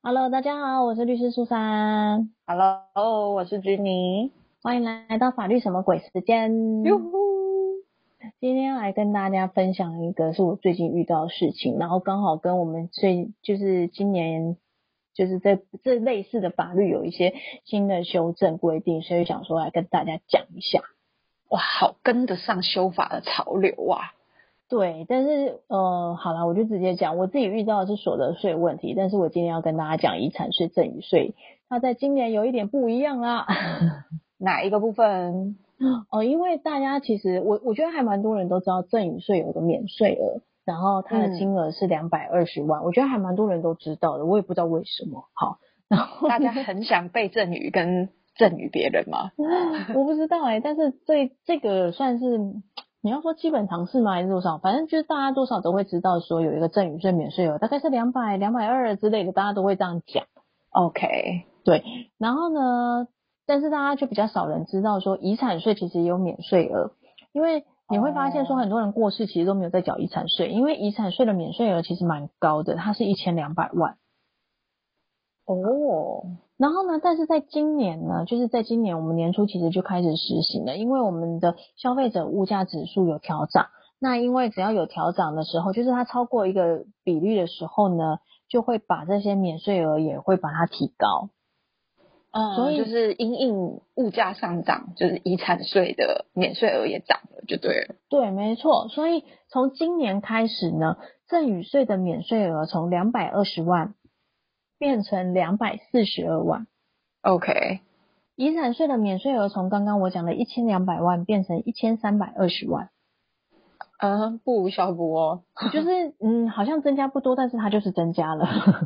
Hello，大家好，我是律师苏珊， Hello，我是君妮。 欢迎来到法律什么鬼时间。 哟呼， 今天来跟大家分享一个是我最近遇到的事情，然后刚好跟我们就是今年就是这类似的法律有一些新的修正规定，所以想说来跟大家讲一下。 哇，好跟得上修法的潮流啊！ 对，但是好啦，我就直接讲，我自己遇到的是所得税问题，但是我今天要跟大家讲遗产税、赠与税，它在今年有一点不一样啦。 哪一个部分？ 因为大家其实我觉得还蛮多人都知道赠与税有个免税额，然后它的金额是220万，我觉得还蛮多人都知道的，我也不知道为什么。好，然后大家很想被赠与跟赠与别人吗？ 我不知道但是这个算是你要说基本常识吗还是多少？反正就是大家多少都会知道说有一个赠与税免税额，大概是200、220之类的，大家都会这样讲。 OK， 对，然后呢，但是大家就比较少人知道说遗产税其实也有免税额，因为你会发现说很多人过世其实都没有在缴遗产税，因为遗产税的免税额其实蛮高的，它是1200万。 哦， 然后呢，但是在今年呢，就是在今年我们年初其实就开始实行了，因为我们的消费者物价指数有调涨，那因为只要有调涨的时候，就是它超过一个比率的时候呢，就会把这些免税额也会把它提高。所以就是因应物价上涨，就是遗产税的免税额也涨了，就对了。 对，没错。所以从今年开始呢，赠与税的免税额从220万变成242万， OK， 遗产税的免税额从刚刚我讲的1200万变成1320万， 不无小补哦。 就是好像增加不多，但是它就是增加了。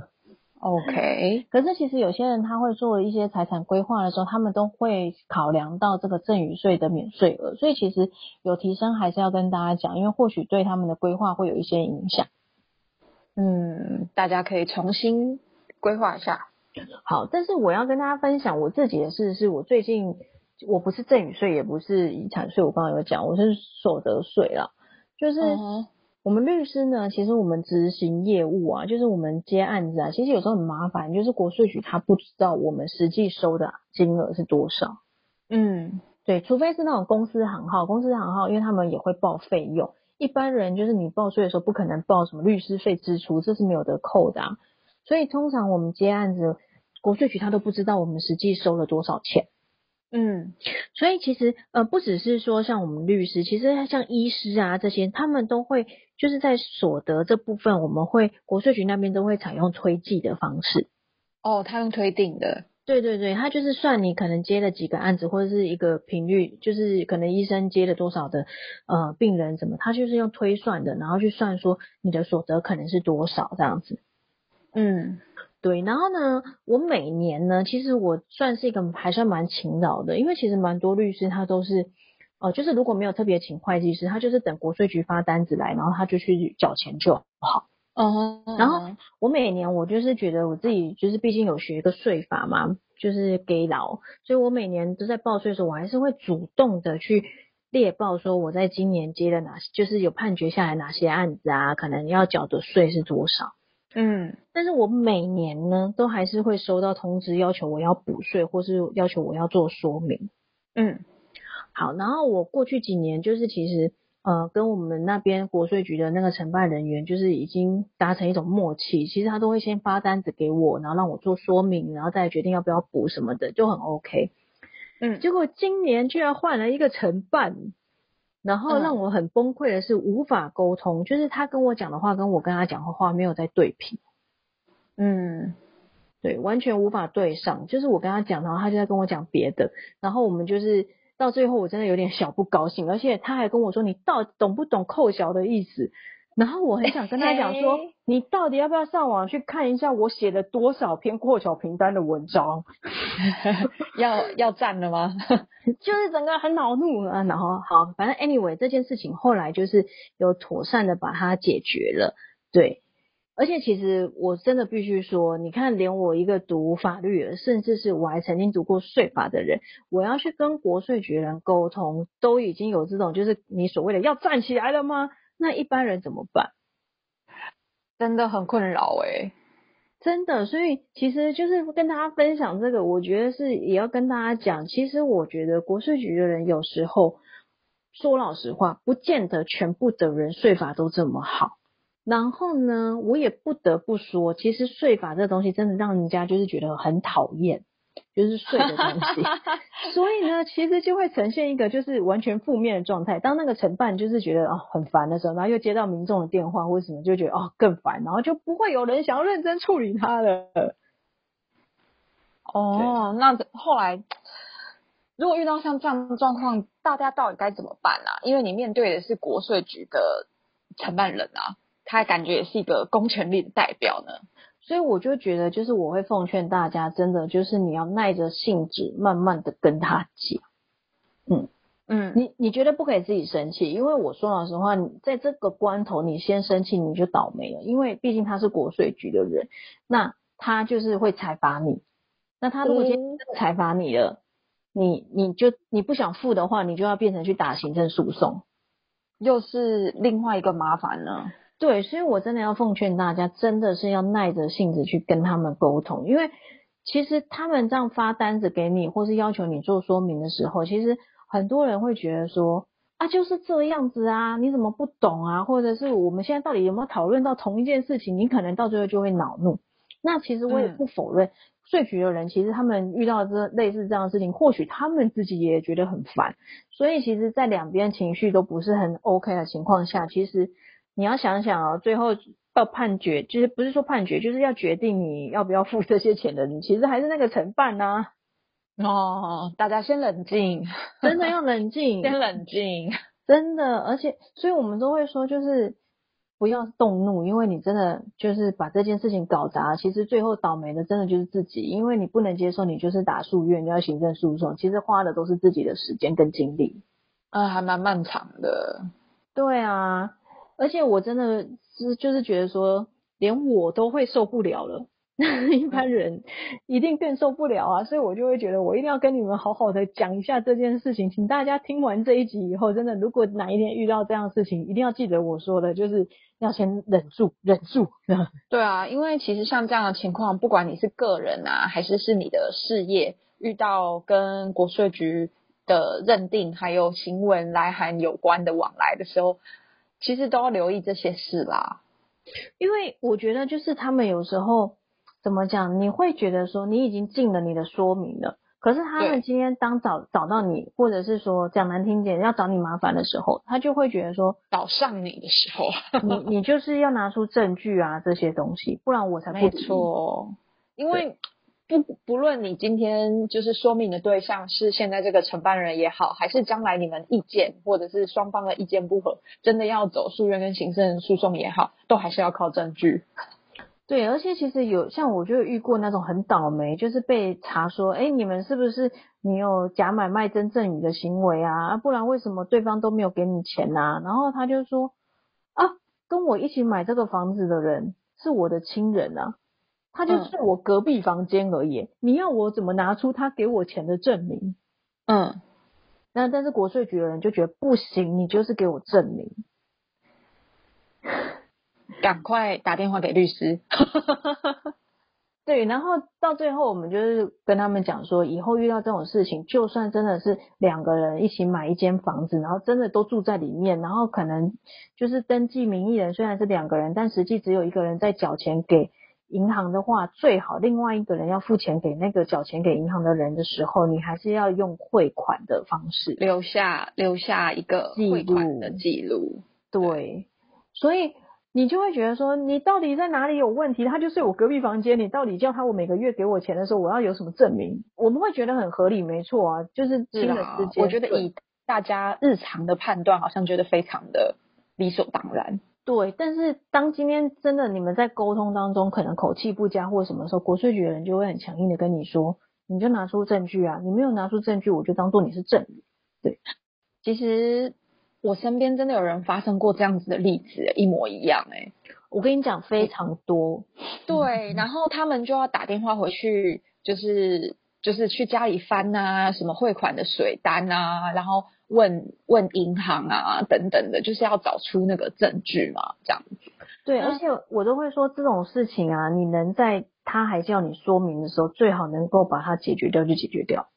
OK， 可是其实有些人他会做一些财产规划的时候，他们都会考量到这个赠与税的免税额，所以其实有提升还是要跟大家讲，因为或许对他们的规划会有一些影响。 大家可以重新规划一下。 好，但是我要跟大家分享我自己的事，是我最近我不是赠与税，也不是遗产税，我刚刚有讲，我是所得税啦。就是嗯哼， 我们律师呢，其实我们执行业务啊，就是我们接案子啊，其实有时候很麻烦，就是国税局他不知道我们实际收的金额是多少。 嗯， 对，除非是那种公司行号，公司行号因为他们也会报费用，一般人就是你报税的时候不可能报什么律师费支出，这是没有得扣的啊。所以通常我们接案子，国税局他都不知道我们实际收了多少钱。 嗯， 所以其实不只是说像我们律师，其实像医师啊这些，他们都会就是在所得这部分，我们会国税局那边都会采用推计的方式。 哦，他用推定的。 对对对，他就是算你可能接了几个案子，或者是一个频率，就是可能医生接了多少的病人什么，他就是用推算的，然后去算说你的所得可能是多少这样子。 嗯， 对，然后呢，我每年呢，其实我算是一个还算蛮勤劳的，因为其实蛮多律师他都是就是如果没有特别请会计师，他就是等国税局发单子来，然后他就去缴钱就好。 嗯然后哼， 我每年我就是觉得我自己就是毕竟有学一个税法嘛，就是给劳，所以我每年都在报税的时候，我还是会主动的去列报说我在今年接了哪些，就是有判决下来哪些案子啊，可能要缴的税是多少。 嗯， 但是我每年呢，都还是会收到通知，要求我要补税，或是要求我要做说明。 嗯， 好，然后我过去几年就是其实跟我们那边国税局的那个承办人员就是已经达成一种默契，其实他都会先发单子给我，然后让我做说明，然后再决定要不要补什么的，就很 OK。 嗯， 结果今年居然换了一个承办，然后让我很崩溃的是无法沟通，就是他跟我讲的话跟我跟他讲的话没有在对频。 嗯， 对，完全无法对上。就是我跟他讲，然后他就在跟我讲别的，然后我们就是到最后，我真的有点小不高兴，而且他还跟我说：“你到底懂不懂扣小的意思？”然后我很想跟他讲说： 嘿， “你到底要不要上网去看一下我写了多少篇扩小凭单的文章？” 要赞了吗？ 就是整个很恼怒啊。然后好，反正 anyway 这件事情后来就是有妥善的把它解决了。对。而且其实我真的必须说，你看，连我一个读法律的，甚至是我还曾经读过税法的人，我要去跟国税局人沟通，都已经有这种就是你所谓的要站起来了吗？那一般人怎么办？ 真的很困扰诶。 真的，所以其实就是跟大家分享这个，我觉得是也要跟大家讲，其实我觉得国税局的人有时候说老实话，不见得全部的人税法都这么好。然后呢，我也不得不说，其实税法这东西真的让人家就是觉得很讨厌，就是税的东西。所以呢，其实就会呈现一个就是完全负面的状态。当那个承办就是觉得很烦的时候，然后又接到民众的电话或什么，就觉得更烦，然后就不会有人想要认真处理它了。 哦，那后来如果遇到像这样的状况，大家到底该怎么办啊？因为你面对的是国税局的承办人啊，他感觉也是一个公权力的代表呢。 所以我就觉得，就是我会奉劝大家，真的就是你要耐着性子，慢慢的跟他讲。你绝对不可以自己生气，因为我说老实话，你在这个关头你先生气你就倒霉了，因为毕竟他是国税局的人，那他就是会裁罚你。那他如果今天裁罚你了，你不想付的话，你就要变成去打行政诉讼， 又是另外一个麻烦呢。 对，所以我真的要奉劝大家，真的是要耐着性子去跟他们沟通，因为其实他们这样发单子给你，或是要求你做说明的时候，其实很多人会觉得说就是这样子啊，你怎么不懂啊？或者是我们现在到底有没有讨论到同一件事情？你可能到最后就会恼怒。那其实我也不否认，税局的人其实他们遇到类似这样的事情，或许他们自己也觉得很烦。所以其实，在两边情绪都不是很 OK 的情况下，其实你要想想最后到判决，就是不是说判决，就是要决定你要不要付这些钱的人，其实还是那个承办啊。 大家先冷静， 真的要冷静， 先冷静， 真的，而且所以我们都会说，就是不要动怒，因为你真的就是把这件事情搞砸，其实最后倒霉的真的就是自己，因为你不能接受，你就是打诉愿，你要行政诉讼，其实花的都是自己的时间跟精力。 还蛮漫长的。 对啊，而且我真的就是觉得说，连我都会受不了了，一般人一定更受不了啊，所以我就会觉得我一定要跟你们好好的讲一下这件事情，请大家听完这一集以后，真的如果哪一天遇到这样的事情，一定要记得我说的，就是要先忍住，忍住。 对啊，因为其实像这样的情况，不管你是个人啊，还是你的事业，遇到跟国税局的认定还有行文来函有关的往来的时候，其实都要留意这些事啦。 因为我觉得就是他们有时候怎么讲，你会觉得说你已经尽了你的说明了，可是他们今天当找到你，或者是说讲难听点要找你麻烦的时候，他就会觉得说找上你的时候， 你就是要拿出证据啊这些东西，不然我才不理你。 没错，因为不论你今天就是说明的对象是现在这个承办人也好，还是将来你们意见或者是双方的意见不合，真的要走诉愿跟行政诉讼也好，都还是要靠证据。 对，而且其实像我就有遇过那种很倒霉，就是被查说，你们是不是你有假买卖真赠与的行为啊？不然为什么对方都没有给你钱啊？然后他就说跟我一起买这个房子的人是我的亲人啊，他就住我隔壁房间而已，你要我怎么拿出他给我钱的证明？但是国税局的人就觉得不行，你就是给我证明。 赶快打电话给律师。 对，然后到最后我们就是跟他们讲说，以后遇到这种事情，就算真的是两个人一起买一间房子，然后真的都住在里面，然后可能就是登记名义人虽然是两个人，但实际只有一个人在缴钱给银行的话，最好另外一个人要付钱给那个缴钱给银行的人的时候，你还是要用汇款的方式留下一个汇款的记录。 对，所以你就会觉得说，你到底在哪里有问题？他就睡我隔壁房间，你到底叫他我每个月给我钱的时候，我要有什么证明？我们会觉得很合理，没错啊，就是亲人之间。 我觉得以大家日常的判断，好像觉得非常的理所当然。 对，但是当今天真的你们在沟通当中可能口气不佳或什么时候，国税局的人就会很强硬的跟你说，你就拿出证据啊，你没有拿出证据，我就当做你是证人。对， 其实我身边真的有人发生过这样子的例子，一模一样我跟你讲非常多。 对，然后他们就要打电话回去，就是去家里翻啊，什么汇款的水单啊，然后问银行啊等等的，就是要找出那个证据嘛，这样子。 对，而且我都会说这种事情啊，你能在他还是要你说明的时候，最好能够把它解决掉就解决掉。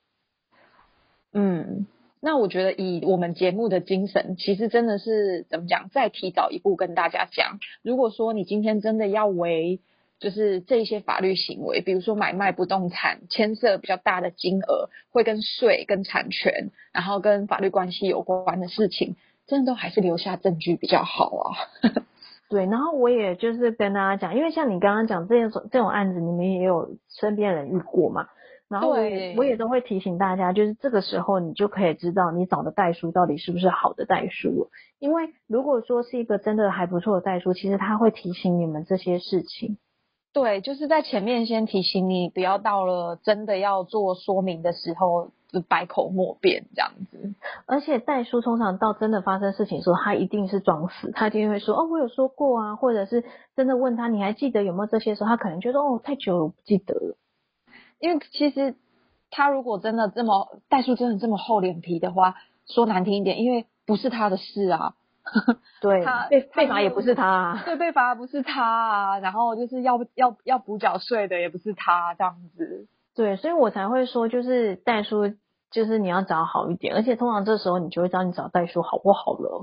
那我觉得以我们节目的精神，其实真的是怎么讲，再提早一步跟大家讲，如果说你今天真的要为就是这一些法律行为，比如说买卖不动产牵涉比较大的金额，会跟税、跟产权，然后跟法律关系有关的事情，真的都还是留下证据比较好啊。 对，然后我也就是跟大家讲，因为像你刚刚讲这种案子，你们也有身边人遇过嘛，然后我也都会提醒大家，就是这个时候你就可以知道你找的代书到底是不是好的代书，因为如果说是一个真的还不错的代书，其实他会提醒你们这些事情。 对，就是在前面先提醒你，不要到了真的要做说明的时候就百口莫辩这样子。 而且代书通常到真的发生事情的时候，他一定是装死，他一定会说哦我有说过啊，或者是真的问他你还记得有没有这些时候，他可能就说哦太久了我不记得了。 因为其实他如果真的这么代书真的这么厚脸皮的话，说难听一点，因为不是他的事啊。 对， 他被罚也不是他啊。 对，被罚不是他啊，然后就是要补缴税的也不是他，这样子。 对，所以我才会说，就是代书，就是你要找好一点，而且通常这时候你就会知道你找代书好不好了。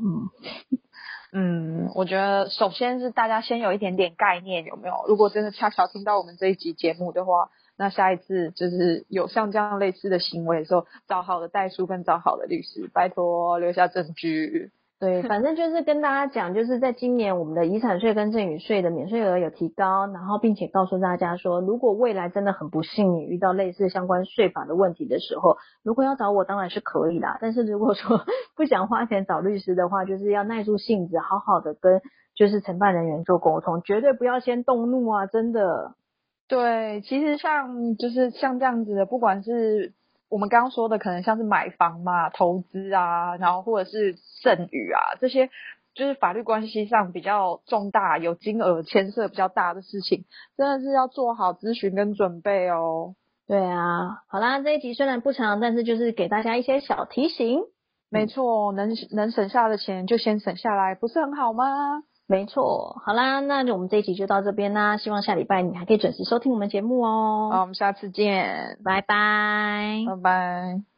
我觉得首先是大家先有一点点概念，有没有？如果真的恰巧听到我们这一集节目的话，那下一次就是有像这样类似的行为的时候，找好的代书跟找好的律师，拜托留下证据。 对，反正就是跟大家讲，就是在今年我们的遗产税跟赠与税的免税额有提高，然后并且告诉大家说，如果未来真的很不幸你遇到类似相关税法的问题的时候，如果要找我当然是可以啦，但是如果说不想花钱找律师的话，就是要耐住性子，好好的跟就是承办人员做沟通，绝对不要先动怒啊，真的。 对，其实就是像这样子的，不管是我们刚刚说的，可能像是买房嘛、投资啊，然后或者是赠与啊，这些就是法律关系上比较重大、有金额牵涉比较大的事情，真的是要做好咨询跟准备哦。 对啊，好啦，这一集虽然不长，但是就是给大家一些小提醒。 没错，能省下的钱就先省下来，不是很好吗？ 没错，好啦，那我们这一集就到这边啦，希望下礼拜你还可以准时收听我们节目好， 哦， 我们下次见， 拜拜。 拜拜。